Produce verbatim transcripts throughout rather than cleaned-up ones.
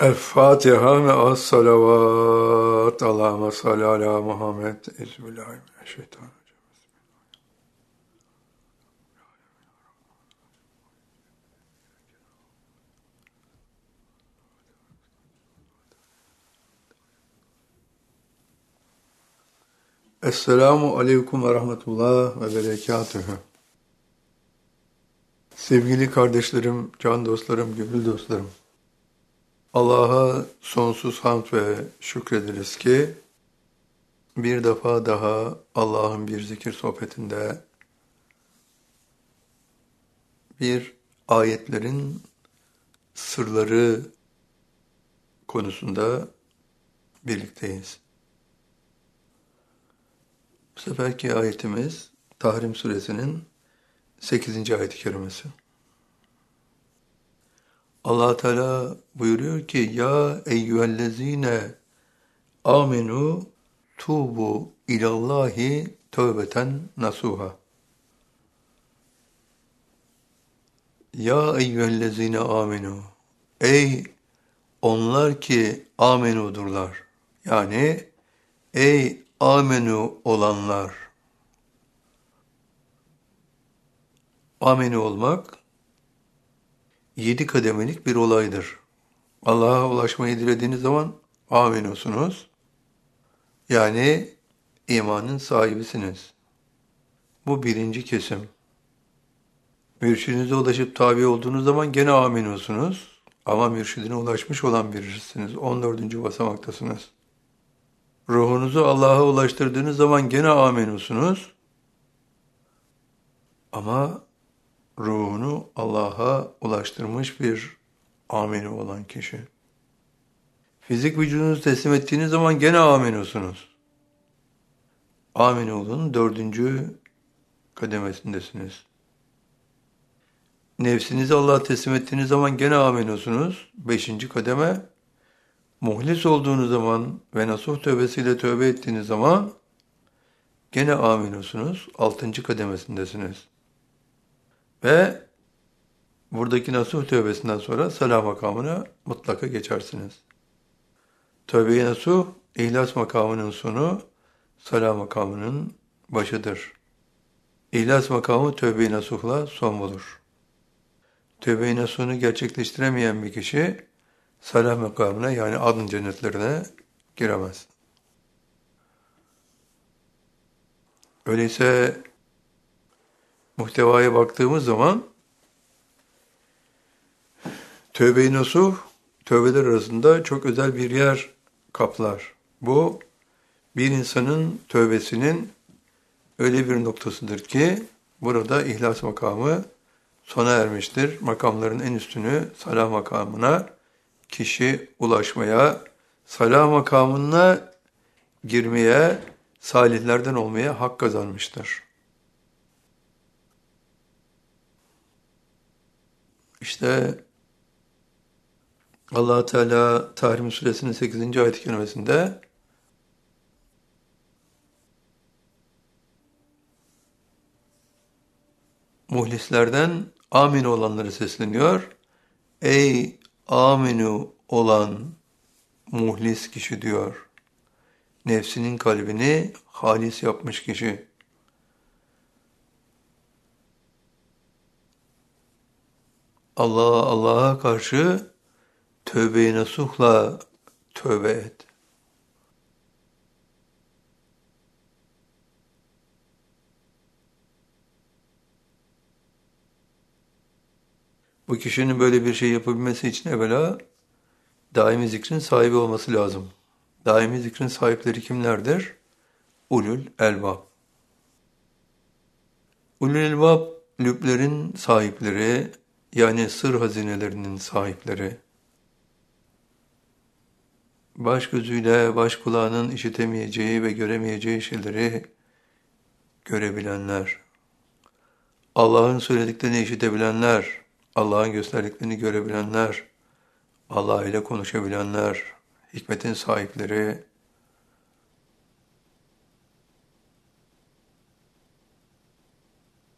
El Fatiha ve as salavat. Allahümme salli ala Muhammed. Euzubillahimineşşeytanirracim. Esselamu aleyküm ve rahmetullah ve berekatühü. Sevgili kardeşlerim, can dostlarım, gönül dostlarım. Allah'a sonsuz hamd ve şükrederiz ki bir defa daha Allah'ın bir zikir sohbetinde bir ayetlerin sırları konusunda birlikteyiz. Bu seferki ayetimiz Tahrim suresinin sekizinci ayet-i kerimesi. Allah Teala buyuruyor ki ya eyyühellezine amenu tubu ilallahi tövbeten nasuha. Ya eyyühellezine amenu. Ey onlar ki amenudurlar. Yani ey amenu olanlar. Amenu olmak yedi kademelik bir olaydır. Allah'a ulaşmayı dilediğiniz zaman amenusunuz. Yani imanın sahibisiniz. Bu birinci kesim. Mürşidinize ulaşıp tabi olduğunuz zaman gene amenusunuz. Ama mürşidine ulaşmış olan birisiniz. on dördüncü basamaktasınız. Ruhunuzu Allah'a ulaştırdığınız zaman gene amenusunuz. Ama ruhunu Allah'a ulaştırmış bir amenu olan kişi. Fizik vücudunuzu teslim ettiğiniz zaman gene amenusunuz. Amenu'nun dördüncü kademesindesiniz. Nefsinizi Allah'a teslim ettiğiniz zaman gene amenusunuz. Beşinci kademe. Muhlis olduğunuz zaman ve nasuh tövbesiyle tövbe ettiğiniz zaman gene amenusunuz. Altıncı kademesindesiniz. Ve buradaki nasuh tövbesinden sonra salah makamına mutlaka geçersiniz. Tövbe-i nasuh, ihlas makamının sonu, salah makamının başıdır. İhlas makamı tövbe-i nasuhla son bulur. Tövbe-i nasuhunu gerçekleştiremeyen bir kişi, salah makamına yani adın cennetlerine giremez. Öyleyse muhtevaya baktığımız zaman tövbe-i nasuh, tövbeler arasında çok özel bir yer kaplar. Bu, bir insanın tövbesinin öyle bir noktasıdır ki, burada ihlas makamı sona ermiştir. Makamların en üstünü salah makamına kişi ulaşmaya, salah makamına girmeye, salihlerden olmaya hak kazanmıştır. İşte Allah Teala Tahrim suresinin sekizinci ayet-i kerimesinde muhlislerden amin olanları sesleniyor. Ey aminu olan muhlis kişi diyor. Nefsinin kalbini halis yapmış kişi. Allah'a Allah'a karşı tövbe-i nasuhla tövbe et. Bu kişinin böyle bir şey yapabilmesi için evvela daimi zikrin sahibi olması lazım. Daimi zikrin sahipleri kimlerdir? Ulul elbab. Ulul elbab, lüblerin sahipleri, yani sır hazinelerinin sahipleri. Baş gözüyle baş kulağının işitemeyeceği ve göremeyeceği şeyleri görebilenler. Allah'ın söylediklerini işitebilenler, Allah'ın gösterdiklerini görebilenler, Allah ile konuşabilenler, hikmetin sahipleri.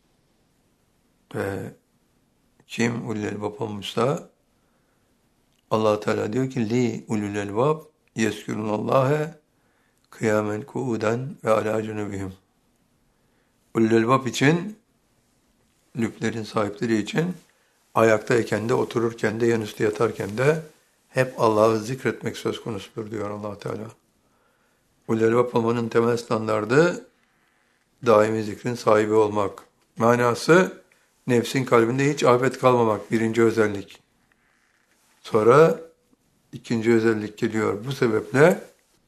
Ve kim ulul elbab olmuşsa Allah Teala diyor ki li ulul elbab yezkurunallaha kıyamen kuuden ve ala cunubihim. Ulul elbab için, lüplerin sahipleri için ayaktayken de, otururken de, yanüstü yatarken de hep Allah'ı zikretmek söz konusudur diyor Allah Teala. Ulul elbab olmanın temel standardı daimi zikrin sahibi olmak. Manası nefsin kalbinde hiç afet kalmamak, birinci özellik. Sonra ikinci özellik geliyor. Bu sebeple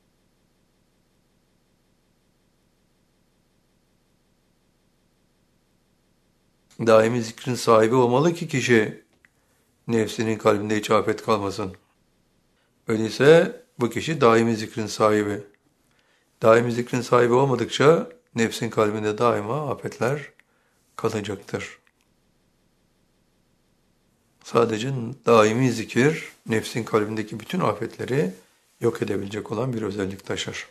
daimi zikrin sahibi olmalı ki kişi nefsinin kalbinde hiç afet kalmasın. Öyleyse bu kişi daimi zikrin sahibi. Daimi zikrin sahibi olmadıkça nefsin kalbinde daima afetler kalacaktır. Sadece daimi zikir nefsin kalbindeki bütün afetleri yok edebilecek olan bir özellik taşır.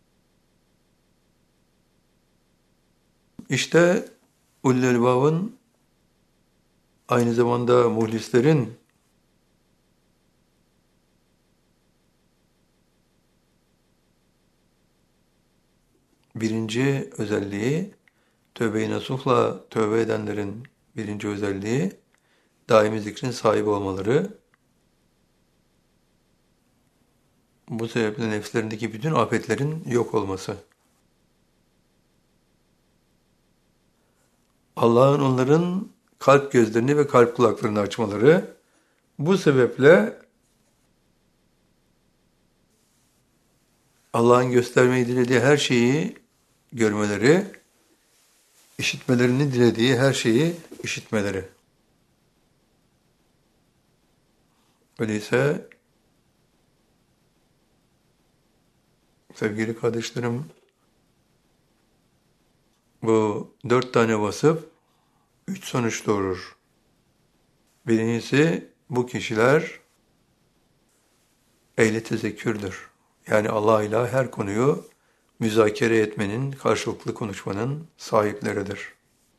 İşte ulul elbabın aynı zamanda muhlislerin birinci özelliği, tövbe-i nasuhla tövbe edenlerin birinci özelliği, daimi zikrin sahibi olmaları. Bu sebeple nefslerindeki bütün afetlerin yok olması. Allah'ın onların kalp gözlerini ve kalp kulaklarını açmaları. Bu sebeple Allah'ın göstermeyi dilediği her şeyi görmeleri, işitmelerini dilediği her şeyi işitmeleri. Öyleyse sevgili kardeşlerim, bu dört tane vasıf üç sonuç doğurur. Birincisi, bu kişiler ehli tezekkürdür. Yani Allah ile her konuyu müzakere etmenin, karşılıklı konuşmanın sahipleridir.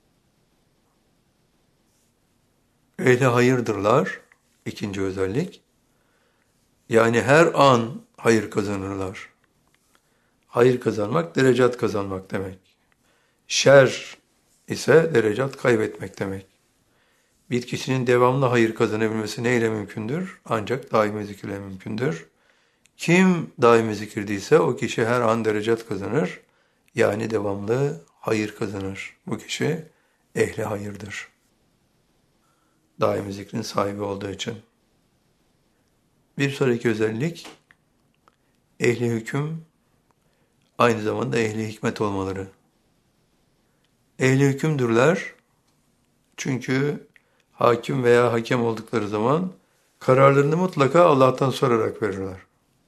Ehli hayırdırlar, ikinci özellik. Yani her an hayır kazanırlar. Hayır kazanmak, derecat kazanmak demek. Şer ise derecat kaybetmek demek. Bir kişinin devamlı hayır kazanabilmesi neyle mümkündür? Ancak daimi zikirle mümkündür. Kim daimi zikirdiyse o kişi her an derecat kazanır. Yani devamlı hayır kazanır. Bu kişi ehli hayırdır. Daimi zikrin sahibi olduğu için. Bir sonraki özellik, ehli hüküm, aynı zamanda ehli hikmet olmaları. Ehli hükümdürler, çünkü hakim veya hakem oldukları zaman kararlarını mutlaka Allah'tan sorarak verirler.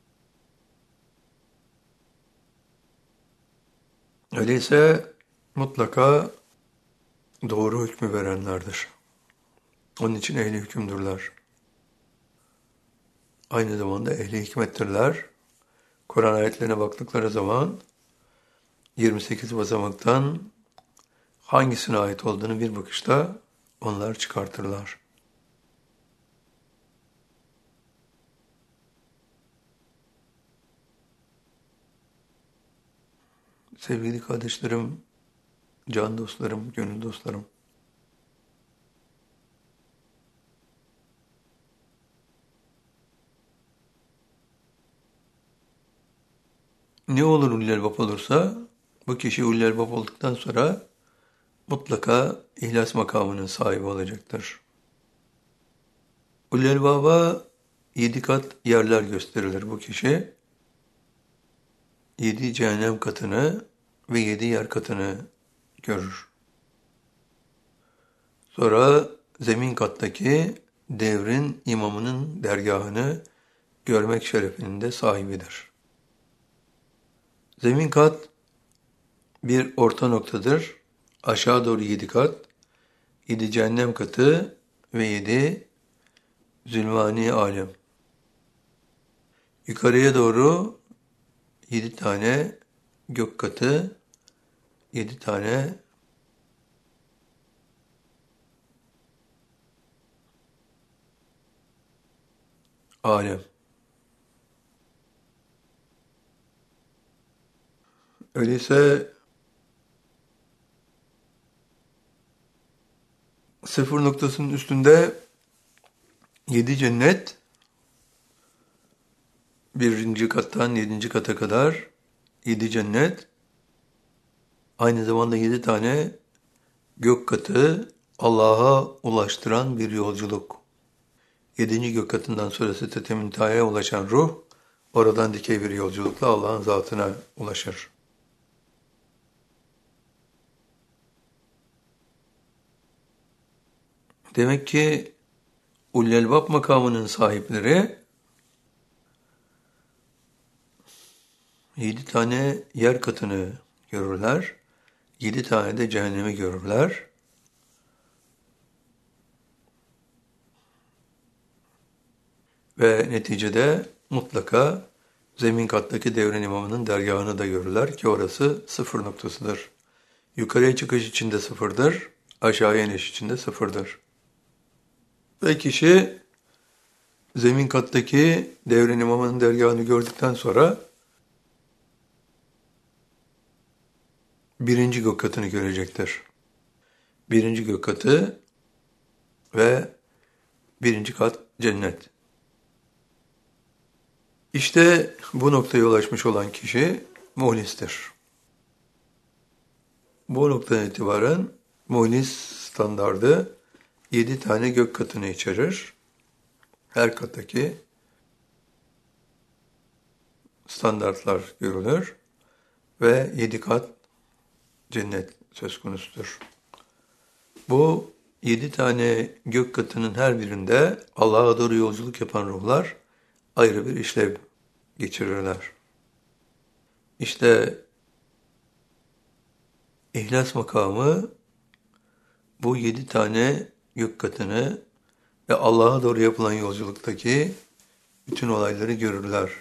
Öyleyse mutlaka doğru hükmü verenlerdir. Onun için ehli hükümdürler. Aynı zamanda ehli hikmettirler. Kur'an ayetlerine baktıkları zaman yirmi sekiz basamaktan hangisine ait olduğunu bir bakışta onlar çıkartırlar. Sevgili kardeşlerim, can dostlarım, gönül dostlarım. Ne olur ulul elbab olursa, bu kişi ulul elbab olduktan sonra mutlaka ihlas makamının sahibi olacaktır. Ulul elbaba yedi kat yerler gösterilir bu kişi. Yedi cehennem katını ve yedi yer katını görür. Sonra zemin kattaki devrin imamının dergahını görmek şerefinin de sahibidir. Zemin kat bir orta noktadır. Aşağı doğru yedi kat, yedi cehennem katı ve yedi zülmani alem. Yukarıya doğru yedi tane gök katı, yedi tane alem. Öyleyse sıfır noktasının üstünde yedi cennet, birinci kattan yedinci kata kadar yedi cennet, aynı zamanda yedi tane gök katı Allah'a ulaştıran bir yolculuk. Yedinci gök katından sonra Sidret-i Münteha'ya ulaşan ruh, oradan dikey bir yolculukla Allah'ın zatına ulaşır. Demek ki Ullelbab makamının sahipleri yedi tane yer katını görürler, yedi tane de cehennemi görürler. Ve neticede mutlaka zemin kattaki devrin imamının dergahını da görürler ki orası sıfır noktasıdır. Yukarıya çıkış içinde sıfırdır, aşağıya iniş içinde sıfırdır. Ve kişi zemin kattaki devrin imamının dergahını gördükten sonra birinci gök katını görecektir. Birinci gök katı ve birinci kat cennet. İşte bu noktaya ulaşmış olan kişi muhlistir. Bu noktadan itibaren muhlis standardı yedi tane gök katını içerir. Her kattaki standartlar görülür ve yedi kat cennet söz konusudur. Bu yedi tane gök katının her birinde Allah'a doğru yolculuk yapan ruhlar ayrı bir işlev geçirirler. İşte İhlas makamı bu yedi tane gök katını ve Allah'a doğru yapılan yolculuktaki bütün olayları görürler.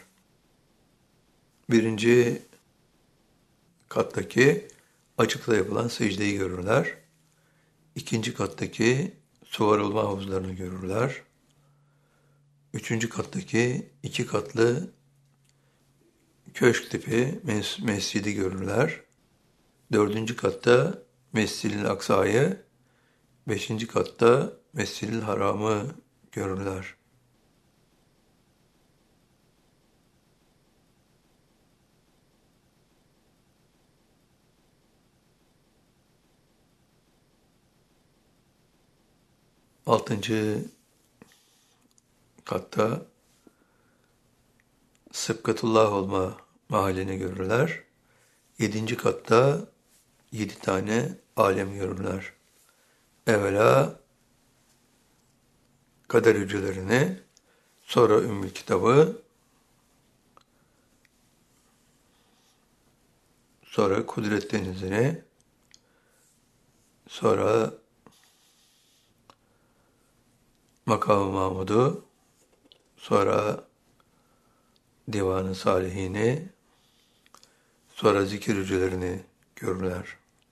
Birinci kattaki açıkta yapılan secdeyi görürler. İkinci kattaki suvarılma havuzlarını görürler. Üçüncü kattaki iki katlı köşk tipi mes- mescidi görürler. Dördüncü katta Mescid-i Aksa'yı, beşinci katta Mescid-i Haram'ı görürler. Altıncı katta Sıbkatullah olma mahallini görürler. Yedinci katta yedi tane alem görürler. Evvela kader hücrelerini, sonra Ümmül Kitabı, sonra Kudret Denizi'ni, sonra Makam-ı Mahmud'u, sonra Divan-ı Salihini, sonra zikir hücrelerini görürler.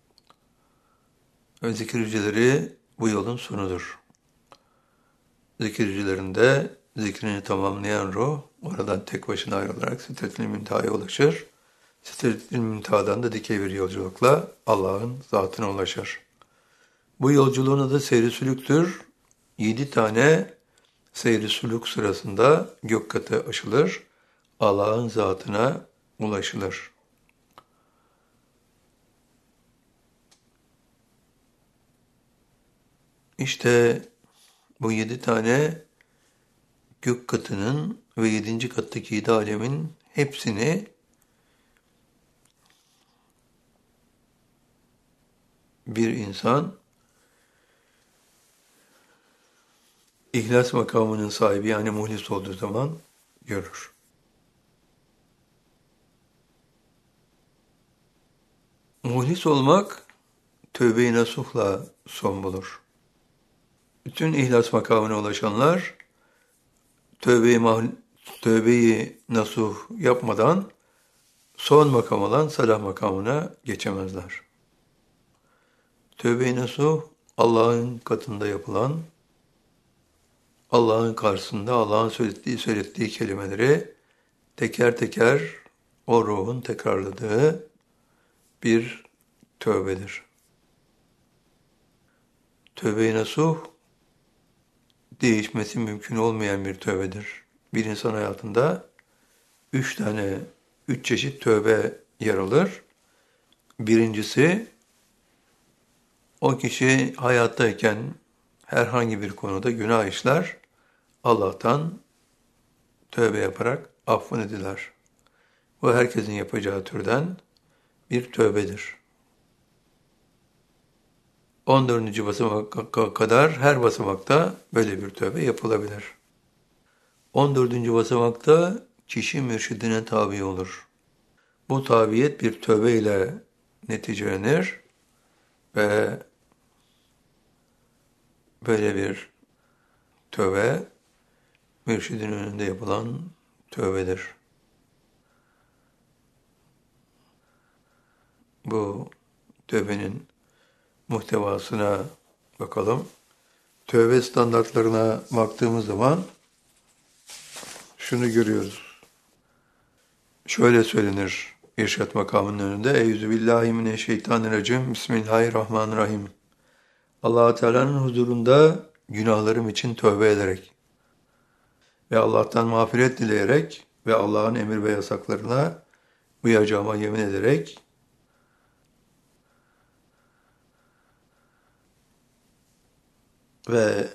Ve zikir hücreleri bu yolun sonudur. Zikir hücrelerinde zikrini tamamlayan ruh, oradan tek başına ayrılarak Sidret-i Münteha'ya ulaşır. Sidret-i Münteha'dan da dikey bir yolculukla Allah'ın zatına ulaşır. Bu yolculuğun adı seyri sülüktür. Yedi tane seyri sülük sırasında gök katı aşılır, Allah'ın zatına ulaşılır. İşte bu yedi tane gök katının ve yedinci kattaki yedi alemin hepsini bir insan İhlas makamının sahibi yani muhlis olduğu zaman görür. Muhlis olmak tövbe-i nasuhla son bulur. Bütün ihlas makamına ulaşanlar tövbe-i, mah- tövbe-i nasuh yapmadan son makam olan salah makamına geçemezler. Tövbe-i nasuh Allah'ın katında yapılan Allah'ın karşısında Allah'ın söylediği, söylettiği kelimeleri teker teker o ruhun tekrarladığı bir tövbedir. Tövbe-i nasuh değişmesi mümkün olmayan bir tövbedir. Bir insan hayatında üç tane, üç çeşit tövbe yer alır. Birincisi, o kişi hayattayken herhangi bir konuda günah işler, Allah'tan tövbe yaparak affını diler. Bu herkesin yapacağı türden bir tövbedir. on dördüncü basamağa kadar her basamakta böyle bir tövbe yapılabilir. on dördüncü basamakta kişi mürşidine tabi olur. Bu tabiyet bir tövbe ile neticelenir ve böyle bir tövbe mürşidin önünde yapılan tövbedir. Bu tövbenin muhtevasına bakalım. Tövbe standartlarına baktığımız zaman şunu görüyoruz. Şöyle söylenir İrşad makamının önünde. Euzubillahimineşşeytanirracim. Bismillahirrahmanirrahim. Allah-u Teala'nın huzurunda günahlarım için tövbe ederek ve Allah'tan mağfiret dileyerek ve Allah'ın emir ve yasaklarına uyacağıma yemin ederek ve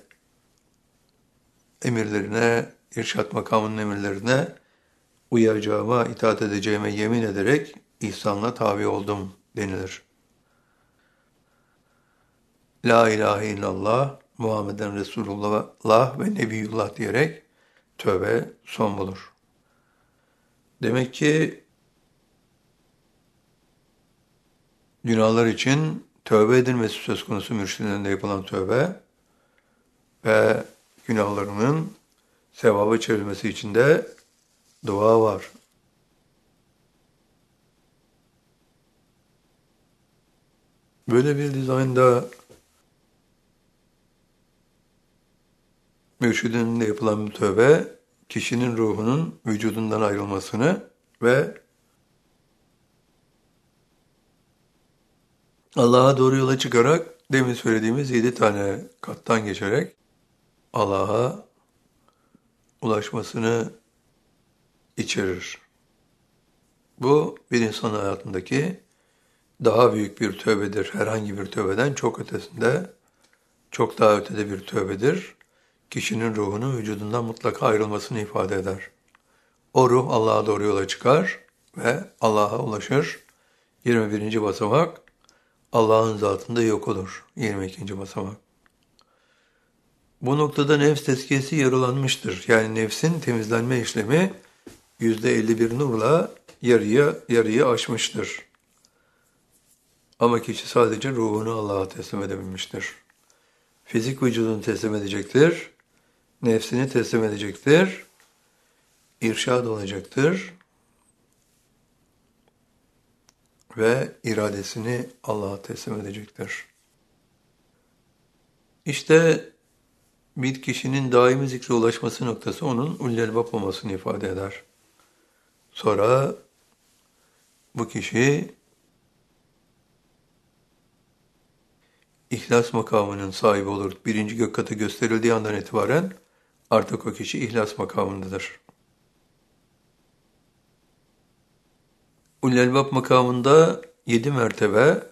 emirlerine, irşad makamının emirlerine uyacağıma, itaat edeceğime yemin ederek ihsanla tabi oldum denilir. La ilahe illallah, Muhammeden Resulullah ve Nebiyullah diyerek tövbe son bulur. Demek ki günahlar için tövbe edilmesi söz konusu mürşidinde yapılan tövbe ve günahlarının sevaba çevrilmesi için de dua var. Böyle bir dizaynda mürşidin de yapılan bir tövbe, kişinin ruhunun vücudundan ayrılmasını ve Allah'a doğru yola çıkarak, demin söylediğimiz yedi tane kattan geçerek Allah'a ulaşmasını içerir. Bu bir insan hayatındaki daha büyük bir tövbedir. Herhangi bir tövbeden çok ötesinde, çok daha ötede bir tövbedir. Kişinin ruhunun vücudundan mutlaka ayrılmasını ifade eder. O ruh Allah'a doğru yola çıkar ve Allah'a ulaşır. yirmi birinci basamak Allah'ın zatında yok olur. yirmi ikinci basamak. Bu noktada nefs tezkiyesi yarılanmıştır. Yani nefsin temizlenme işlemi yüzde elli bir nurla yarıya yarıyı aşmıştır. Ama kişi sadece ruhunu Allah'a teslim edebilmiştir. Fizik vücudunu teslim edecektir. Nefsini teslim edecektir. İrşad olacaktır. Ve iradesini Allah'a teslim edecektir. İşte bir kişinin daimi zikre ulaşması noktası onun ullelbap olmasını ifade eder. Sonra bu kişi İhlas makamının sahibi olur. Birinci gök katı gösterildiği andan itibaren artık o kişi ihlas makamındadır. Ullelbap makamında yedi mertebe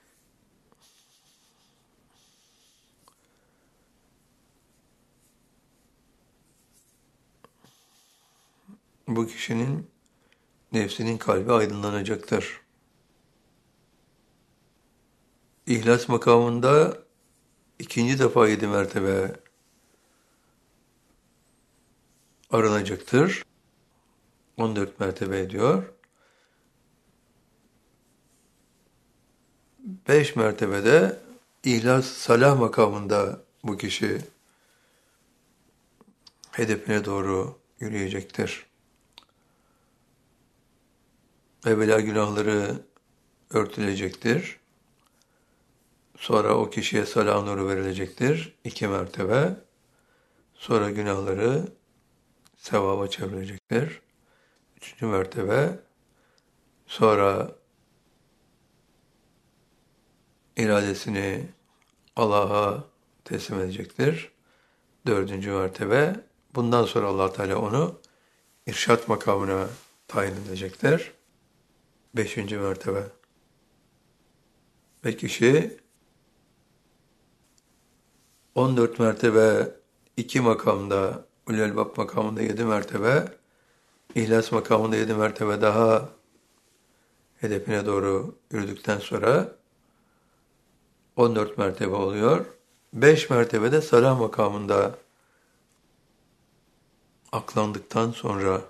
bu kişinin nefsinin kalbi aydınlanacaktır. İhlas makamında ikinci defa yedi mertebe aranacaktır. on dört mertebe ediyor. Beş mertebede İhlas salah makamında bu kişi hedefine doğru yürüyecektir. Evvela günahları örtülecektir. Sonra o kişiye salah nuru verilecektir. İki mertebe. Sonra günahları sevaba çevirecektir. Üçüncü mertebe, sonra iradesini Allah'a teslim edecektir. Dördüncü mertebe, bundan sonra Allah Teala onu irşat makamına tayin edecektir. Beşinci mertebe. Ve kişi on dört mertebe, iki makamda, Ulul Elbab makamında yedi mertebe, İhlas makamında yedi mertebe daha hedefine doğru yürüdükten sonra on dört mertebe oluyor. beş mertebede salah makamında aklandıktan sonra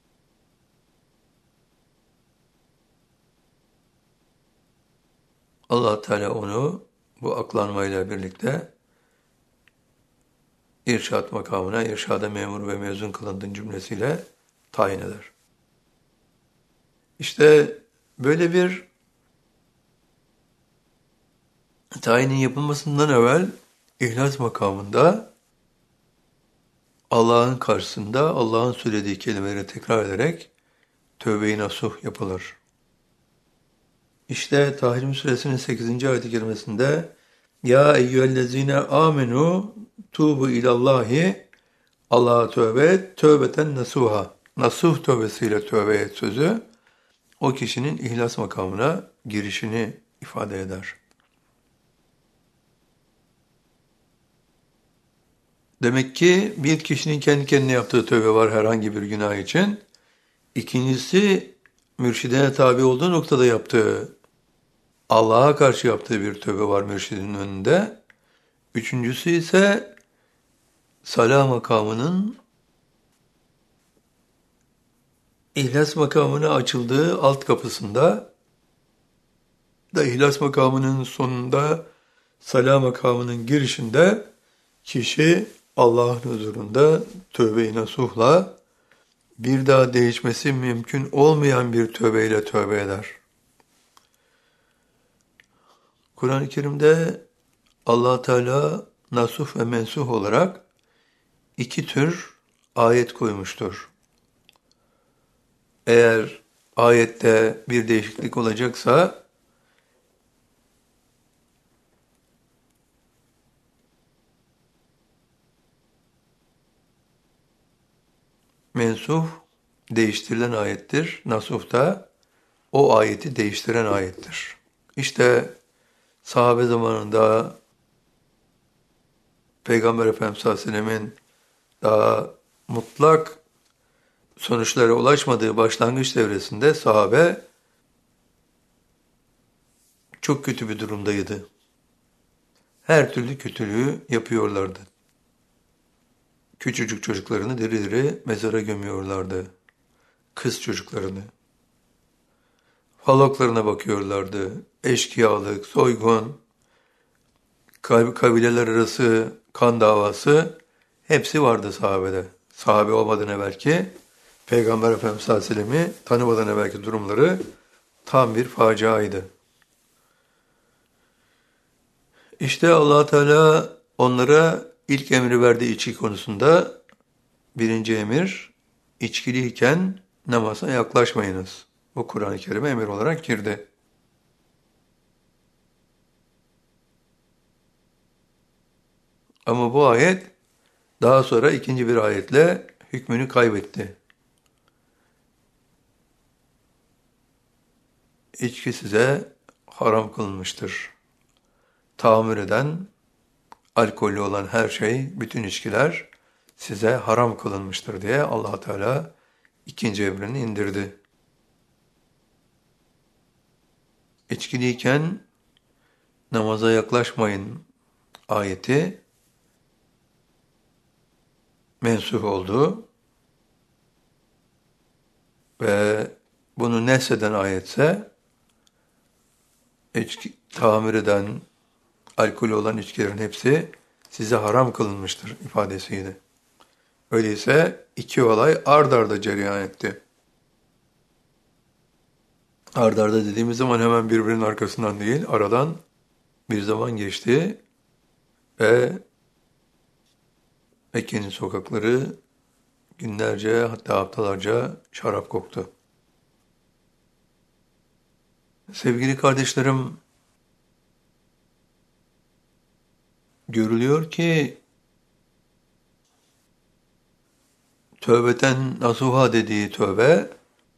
Allah Teala onu bu aklanmayla birlikte irşat makamına, irşada memur ve mezun kılındığın cümlesiyle tayin eder. İşte böyle bir tayinin yapılmasından evvel İhlas makamında Allah'ın karşısında Allah'ın söylediği kelimeleri tekrar ederek tövbe-i nasuh yapılır. İşte Tahrim Suresinin sekizinci ayet-i kerimesinde Ya eyyühellezine amenu tuğbu ilallahi Allah'a tövbe et, tövbeten nasuha. Nasuh tövbesiyle tövbe et sözü o kişinin ihlas makamına girişini ifade eder. Demek ki bir kişinin kendi kendine yaptığı tövbe var herhangi bir günah için. İkincisi mürşidine tabi olduğu noktada yaptığı, Allah'a karşı yaptığı bir tövbe var mürşidinin önünde. Üçüncüsü ise salah makamının İhlas makamına açıldığı alt kapısında da İhlas makamının sonunda salah makamının girişinde kişi Allah'ın huzurunda tövbe-i nasuhla bir daha değişmesi mümkün olmayan bir tövbeyle tövbe eder. Kur'an-ı Kerim'de Allah Teala nasuh ve mensuh olarak iki tür ayet koymuştur. Eğer ayette bir değişiklik olacaksa mensuh değiştirilen ayettir. Nasuh da o ayeti değiştiren ayettir. İşte sahabe zamanında Peygamber Efendimiz sallallahu aleyhi ve sellemin daha mutlak sonuçlara ulaşmadığı başlangıç devresinde sahabe çok kötü bir durumdaydı. Her türlü kötülüğü yapıyorlardı. Küçücük çocuklarını diri diri mezara gömüyorlardı. Kız çocuklarını. Haloklarına bakıyorlardı. Eşkıyalık, soygun, kabileler arası kan davası hepsi vardı sahabede. Sahabe olmadan evvelki Peygamber Efendimiz sallallahu aleyhi ve sellem'i tanımadan evvelki durumları tam bir faciaydı. İşte Allah Teala onlara ilk emri verdiği içki konusunda birinci emir, içkiliyken namaza yaklaşmayınız. Bu Kur'an-ı Kerim'e emir olarak girdi. Ama bu ayet daha sonra ikinci bir ayetle hükmünü kaybetti. İçki size haram kılınmıştır. Tahammül eden, alkollü olan her şey, bütün içkiler size haram kılınmıştır diye Allah Teala ikinci emrini indirdi. İçkiliyken namaza yaklaşmayın ayeti mensuh oldu ve bunu nesheden ayetse içki, tahammül eden, alkolü olan içkilerin hepsi size haram kılınmıştır ifadesiydi. Öyleyse iki olay ard arda cereyan etti. Ard arda dediğimiz zaman hemen birbirinin arkasından değil, aradan bir zaman geçti ve Mekke'nin sokakları günlerce hatta haftalarca şarap koktu. Sevgili kardeşlerim, görülüyor ki tövbeten nasuha dediği tövbe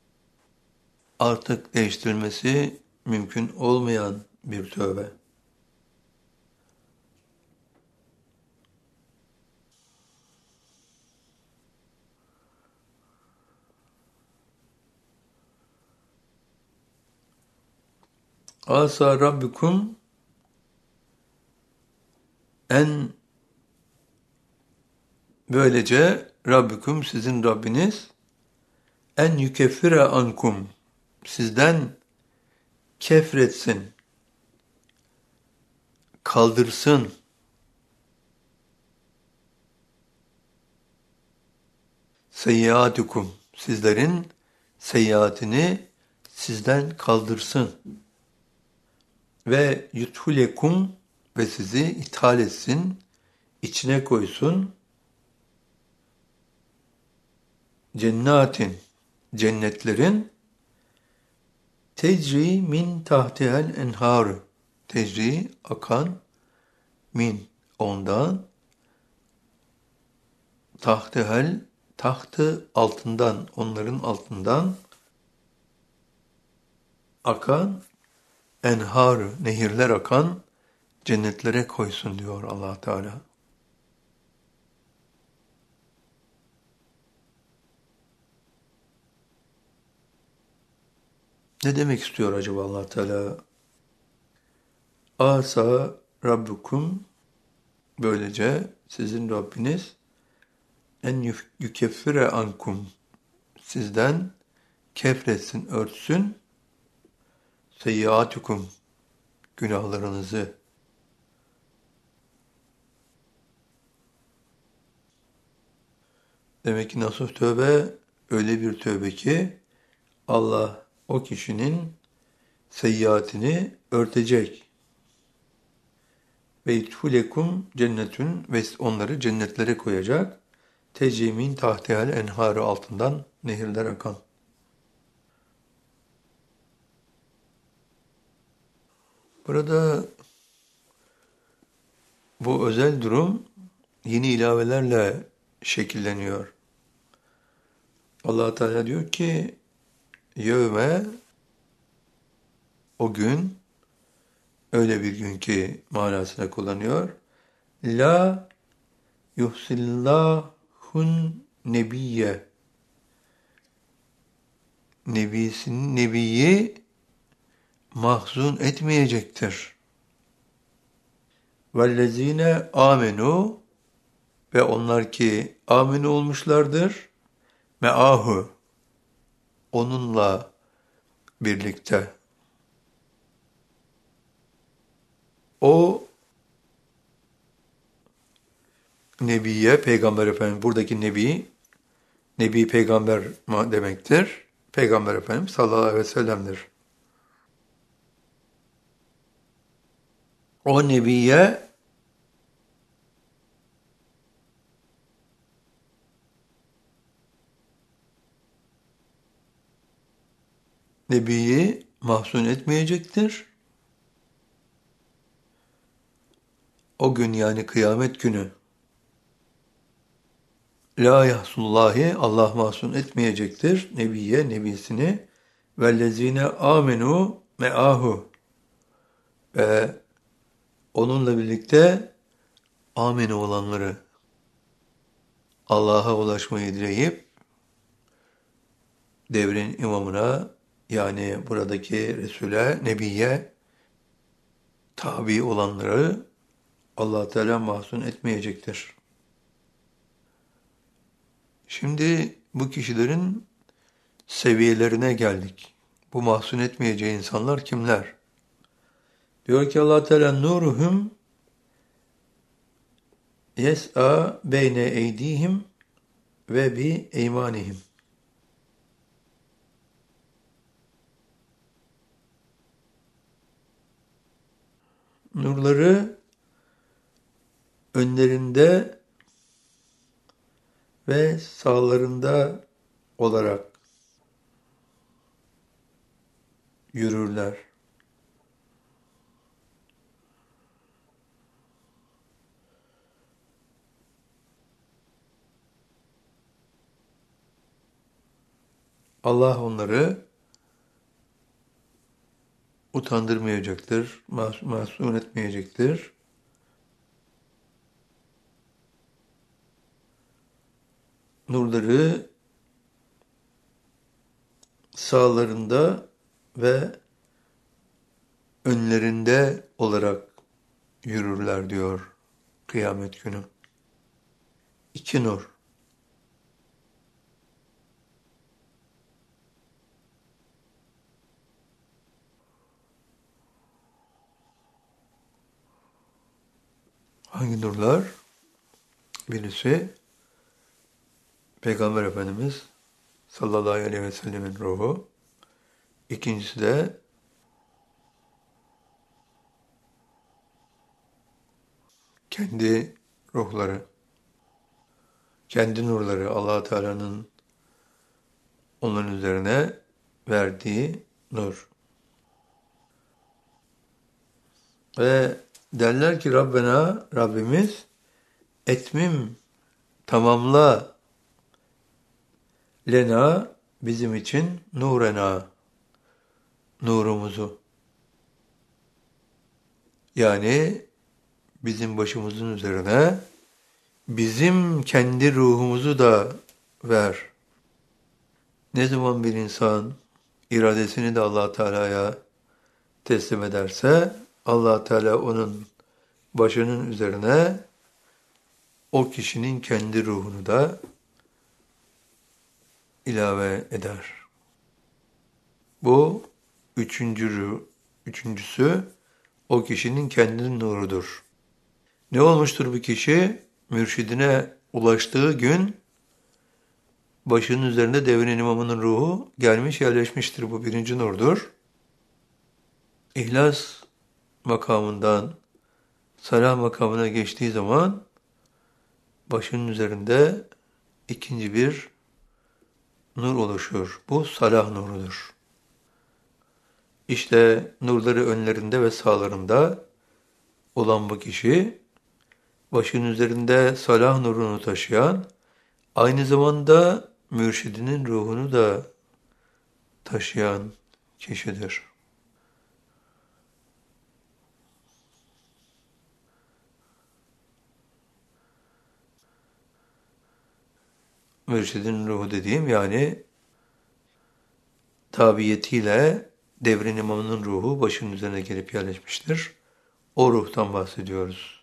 artık değiştirilmesi mümkün olmayan bir tövbe. Asa Rabbikum en böylece Rabbikum sizin Rabbiniz en yükeffire ankum sizden kefretsin, kaldırsın. Seyyiatukum sizlerin seyyiatini sizden kaldırsın. Ve yuthulekum ve sizi ithal etsin, içine koysun. Cennatin, cennetlerin tecri min tahtihel enharu. Tecri akan min ondan tahtihel tahtı altından onların altından akan enharu nehirler akan cennetlere koysun diyor Allah Teala. Ne demek istiyor acaba Allah Teala? Asa Rabbukum böylece sizin Rabbiniz en yükeffire ankum sizden kefretsin, örtsün seyyiatukum günahlarınızı. Demek ki nasuh tövbe öyle bir tövbe ki Allah o kişinin seyyiatini örtecek. Ve yudhulekum cennetün ve onları cennetlere koyacak. Tecrimin tahtihal enharı altından nehirler akan. Burada bu özel durum yeni ilavelerle şekilleniyor. Allah Teala diyor ki yevme o gün öyle bir gün ki manasına kullanıyor. La yuhsillahun nebiyye nebisinin nebiyi mahzun etmeyecektir. Vellezine amenu ve onlar ki amin olmuşlardır. Me'ahu onunla birlikte. O Nebiye, Peygamber Efendimiz, buradaki Nebi, Nebi Peygamber demektir. Peygamber Efendimiz sallallahu aleyhi ve sellem'dir. O Nebiye Nebiyi mahzun etmeyecektir. O gün yani kıyamet günü La yahsullahi Allah mahzun etmeyecektir. Nebiye, nebisini vellezine amenu me'ahu ve onunla birlikte amene olanları Allah'a ulaşmayı dileyip devrin imamına yani buradaki Resul'e, Nebiye tabi olanları Allah Teala mahzun etmeyecektir. Şimdi bu kişilerin seviyelerine geldik. Bu mahzun etmeyeceği insanlar kimler? Diyor ki Allah Teala nuruhum yes'a beyne eydihim ve bi eymanihim. Nurları önlerinde ve sağlarında olarak yürürler. Allah onları utandırmayacaktır, mas mahzun etmeyecektir. Nurları sağlarında ve önlerinde olarak yürürler diyor kıyamet günü. İki nur. Hangi nurlar? Birisi Peygamber Efendimiz sallallahu aleyhi ve sellemin ruhu. İkincisi de kendi ruhları, kendi nurları, Allah Teala'nın onların üzerine verdiği nur. Ve derler ki Rabbena, Rabbimiz etmim, tamamla lena, bizim için nurena, nurumuzu. Yani bizim başımızın üzerine bizim kendi ruhumuzu da ver. Ne zaman bir insan iradesini de Allah Teala'ya teslim ederse Allah Teala onun başının üzerine o kişinin kendi ruhunu da ilave eder. Bu üçüncü, üçüncüsü o kişinin kendi nurudur. Ne olmuştur bu kişi? Mürşidine ulaştığı gün başının üzerinde Devrin İmamı'nın ruhu gelmiş yerleşmiştir. Bu birinci nurdur. İhlas makamından salah makamına geçtiği zaman başının üzerinde ikinci bir nur oluşur. Bu salah nurudur. İşte nurları önlerinde ve sağlarında olan bu kişi başının üzerinde salah nurunu taşıyan, aynı zamanda mürşidinin ruhunu da taşıyan kişidir. Mürşidin ruhu dediğim yani tabiyetiyle Devrin İmamı'nın ruhu başının üzerine gelip yerleşmiştir. O ruhtan bahsediyoruz.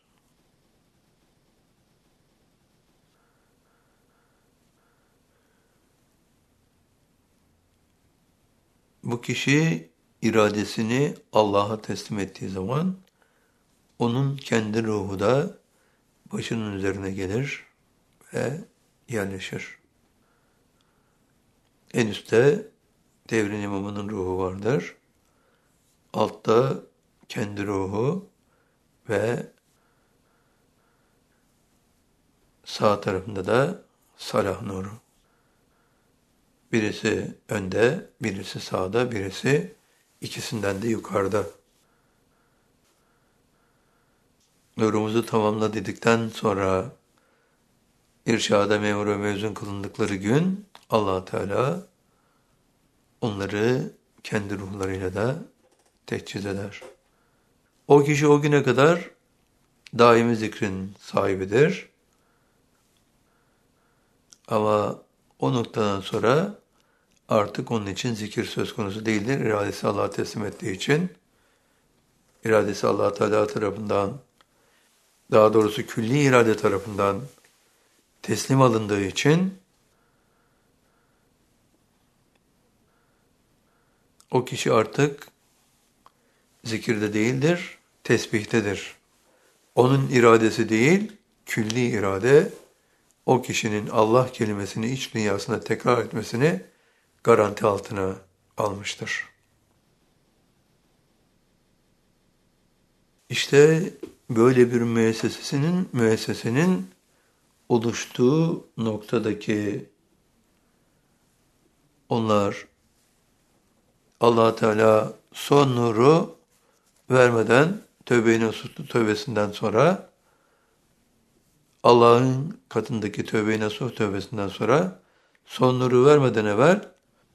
Bu kişi iradesini Allah'a teslim ettiği zaman onun kendi ruhu da başının üzerine gelir ve yerleşir. En üstte Devrin İmamı'nın ruhu vardır. Altta kendi ruhu ve sağ tarafında da salah nuru. Birisi önde, birisi sağda, birisi ikisinden de yukarıda. Nurumuzu tamamla dedikten sonra irşada memur ve mezun kılındıkları gün Allah Teala onları kendi ruhlarıyla da teçhiz eder. O kişi o güne kadar daimi zikrin sahibidir. Ama o noktadan sonra artık onun için zikir söz konusu değildir. İradesi Allah'a teslim ettiği için, iradesi Allah Teala tarafından, daha doğrusu külli irade tarafından teslim alındığı için o kişi artık zikirde değildir, tesbihtedir. Onun iradesi değil, külli irade o kişinin Allah kelimesini iç dünyasında tekrar etmesini garanti altına almıştır. İşte böyle bir müessesesinin, müessesenin oluştuğu noktadaki onlar Allah Teala son nuru vermeden tövbe-i nasuh tövbesinden sonra Allah'ın katındaki tövbe-i nasuh tövbesinden sonra son nuru vermeden evvel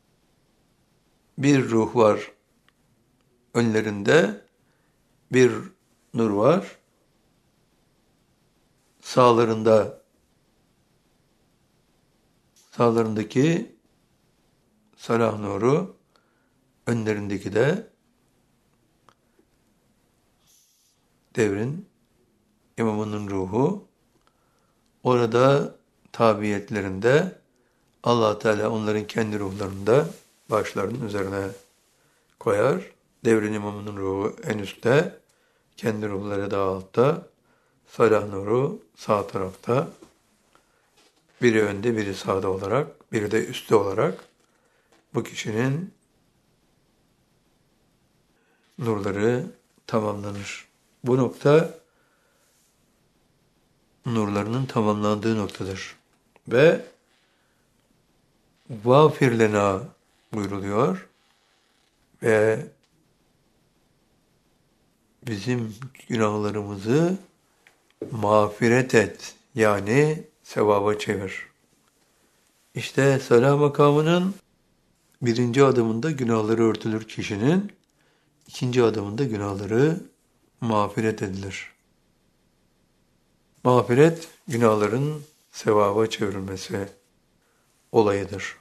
bir ruh var önlerinde, bir nur var sağlarında, sağlarındaki salah nuru, önlerindeki de devrin imamının ruhu. Orada tabiyetlerinde Allah Teala onların kendi ruhlarında başlarının üzerine koyar. Devrin imamının ruhu en üstte, kendi ruhları daha altta, salah nuru sağ tarafta, biri önde biri sağda olarak, biri de üstte olarak bu kişinin nurları tamamlanır. Bu nokta nurlarının tamamlandığı noktadır. Ve vâfir lenâ buyruluyor ve bizim günahlarımızı mağfiret et, yani sevaba çevir. İşte salah makamının birinci adımında günahları örtülür kişinin, ikinci adımında günahları mağfiret edilir. Mağfiret, günahların sevaba çevrilmesi olayıdır.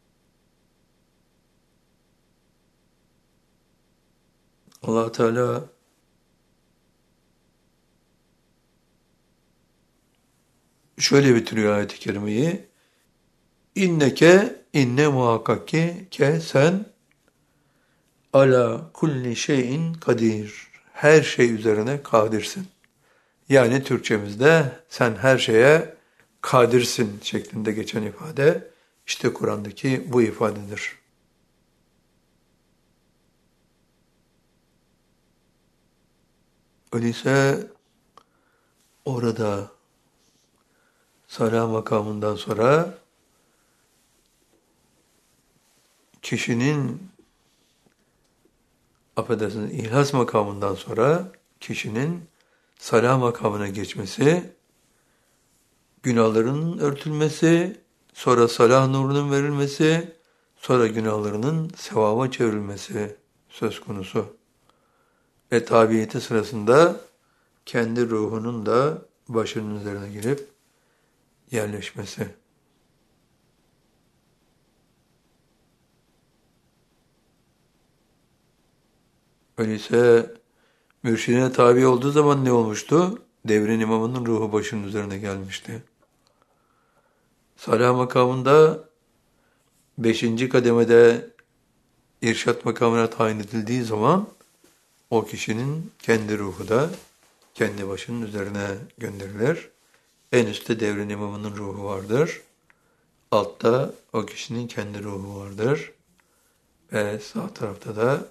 Allah Teala şöyle bitiriyor ayet-i kerimeyi. İnneke, inne muhakkak ki, ke sen ala kulli şeyin kadir. Her şey üzerine kadirsin. Yani Türkçemizde sen her şeye kadirsin şeklinde geçen ifade, işte Kur'an'daki bu ifadedir. Öyleyse orada salah makamından sonra kişinin, affedersiniz, ihlas makamından sonra kişinin salah makamına geçmesi, günahlarının örtülmesi, sonra salah nurunun verilmesi, sonra günahlarının sevaba çevrilmesi söz konusu. Ve tabiyeti sırasında kendi ruhunun da başının üzerine girip yerleşmesi. Öyleyse mürşidine tabi olduğu zaman ne olmuştu? Devrin imamının ruhu başının üzerine gelmişti. Salah makamında beşinci kademede irşat makamına tayin edildiği zaman o kişinin kendi ruhu da kendi başının üzerine gönderilir. En üstte devrin imamının ruhu vardır. Altta o kişinin kendi ruhu vardır. Ve sağ tarafta da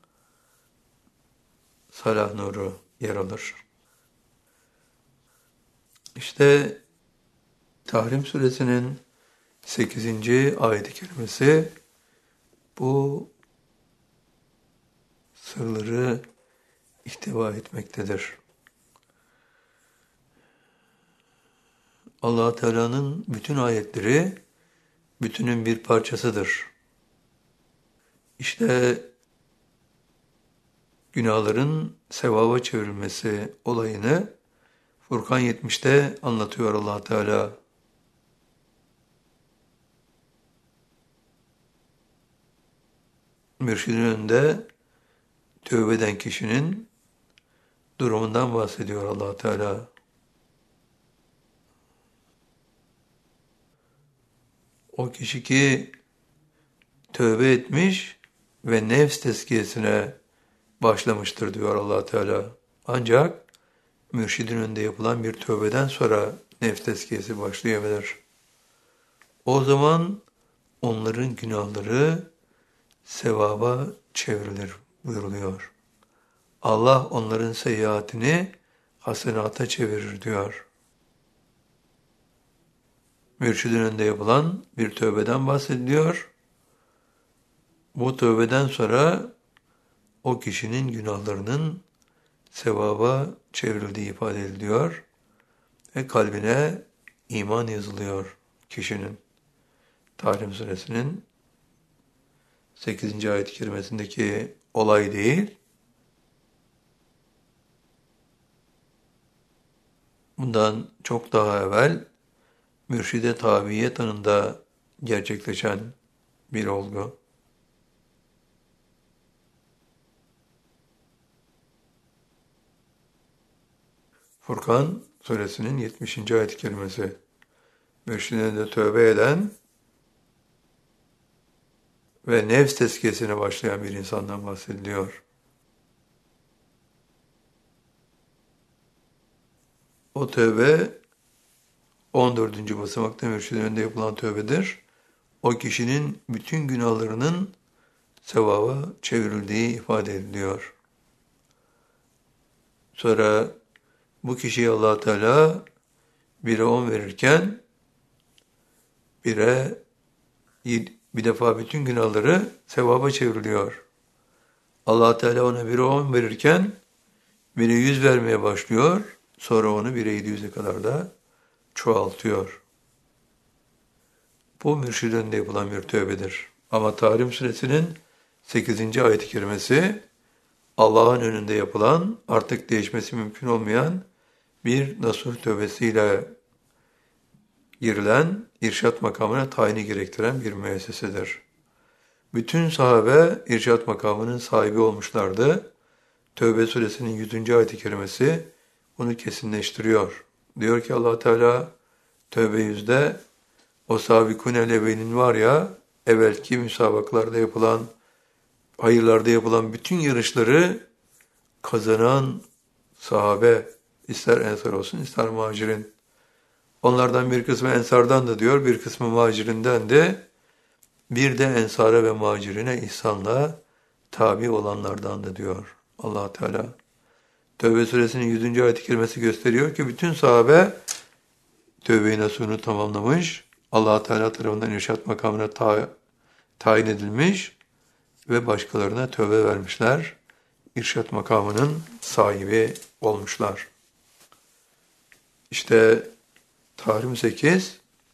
salah nuru yer alır. İşte Tahrim Suresinin sekizinci ayet-i kerimesi bu sırları ihtiva etmektedir. Allah Teala'nın bütün ayetleri bütünün bir parçasıdır. İşte günahların sevaba çevrilmesi olayını Furkan yetmişte anlatıyor Allah Teala. Mürşidin önünde tövbe eden kişinin durumundan bahsediyor Allah Teala. O kişi ki tövbe etmiş ve nefs tezkiyesine başlamıştır diyor Allah Teala. Ancak mürşidin önünde yapılan bir tövbeden sonra nefs tezkiyesi başlayabilir. O zaman onların günahları sevaba çevrilir buyuruluyor. Allah onların seyyiatini hasenata çevirir diyor. mürşidin önünde yapılan bir tövbeden bahsediliyor. Bu tövbeden sonra o kişinin günahlarının sevaba çevrildiği ifade ediliyor ve kalbine iman yazılıyor kişinin. Tahrim suresinin sekizinci ayet-i kerimesindeki olay değil, bundan çok daha evvel mürşide tabiyet anında gerçekleşen bir olgu. Furkan suresinin yetmişinci ayet-i kerimesi. Mürşidine de tövbe eden ve nefs tezkiyesine başlayan bir insandan bahsediliyor. O tövbe on dördüncü basamakta mürşidin önünde yapılan tövbedir. O kişinin bütün günahlarının sevaba çevrildiği ifade ediliyor. Sonra bu kişiye Allah Teala bire on verirken bire bir defa bütün günahları sevaba çevriliyor. Allah Teala ona bire on verirken bire yüz vermeye başlıyor. Sonra onu bire yedi yüze kadar da çoğaltıyor. Bu mürşid önünde yapılan bir tövbedir. Ama Tahrim suresinin sekizinci ayet-i kerimesi Allah'ın önünde yapılan, artık değişmesi mümkün olmayan bir nasuh tövbesiyle girilen, irşat makamına tayini gerektiren bir müessesedir. Bütün sahabe irşat makamının sahibi olmuşlardı. Tövbe suresinin yüzüncü ayet-i kerimesi bunu kesinleştiriyor. Diyor ki Allah Teala Tövbe yüzde o sabikun-el evvelin var ya, evvelki müsabaklarda yapılan, hayırlarda yapılan bütün yarışları kazanan sahabe, ister ensar olsun ister muhacirin. Onlardan bir kısmı ensardan da diyor, bir kısmı muhacirinden de, bir de ensara ve muhacirine ihsanla tabi olanlardan da diyor Allah Teala. Tövbe suresinin yüzüncü ayet-i kerimesi gösteriyor ki bütün sahabe tövbe-i nasuhunu tamamlamış, Allah Teala tarafından irşat makamına ta tayin edilmiş ve başkalarına tövbe vermişler. İrşat makamının sahibi olmuşlar. İşte Tahrim sekiz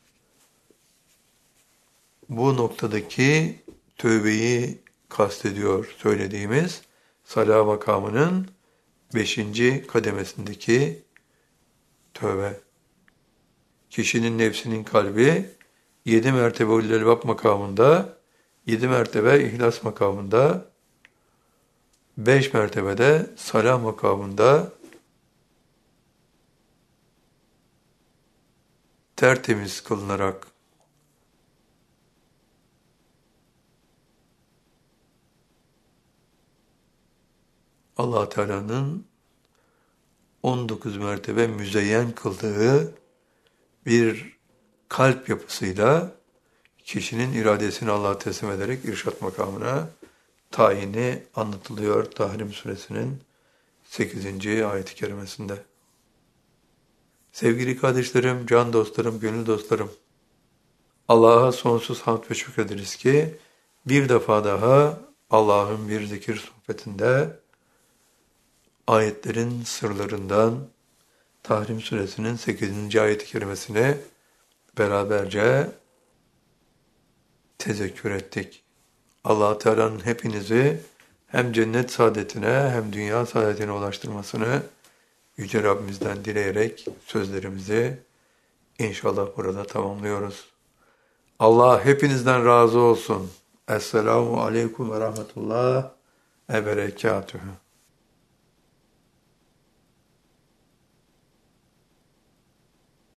bu noktadaki tövbeyi kastediyor söylediğimiz salah makamının beşinci kademesindeki tövbe. Kişinin nefsinin kalbi yedi mertebe ulul-elbab makamında, yedi mertebe ihlas makamında, beş mertebede salah makamında tertemiz kılınarak Allah Teala'nın on dokuz mertebe müzeyyen kıldığı bir kalp yapısıyla kişinin iradesini Allah'a teslim ederek irşat makamına tayini anlatılıyor Tahrim suresinin sekizinci ayet-i kerimesinde. Sevgili kardeşlerim, can dostlarım, gönül dostlarım, Allah'a sonsuz hamd ve şükrederiz ki bir defa daha Allah'ın bir zikir sohbetinde ayetlerin sırlarından Tahrim suresinin sekizinci ayet-i kerimesini beraberce tezekkür ettik. Allah Teala'nın hepinizi hem cennet saadetine hem dünya saadetine ulaştırmasını Yüce Rabbimizden dileyerek sözlerimizi inşallah burada tamamlıyoruz. Allah hepinizden razı olsun. Esselamu Aleyküm ve Rahmetullah ve Berekatuhu.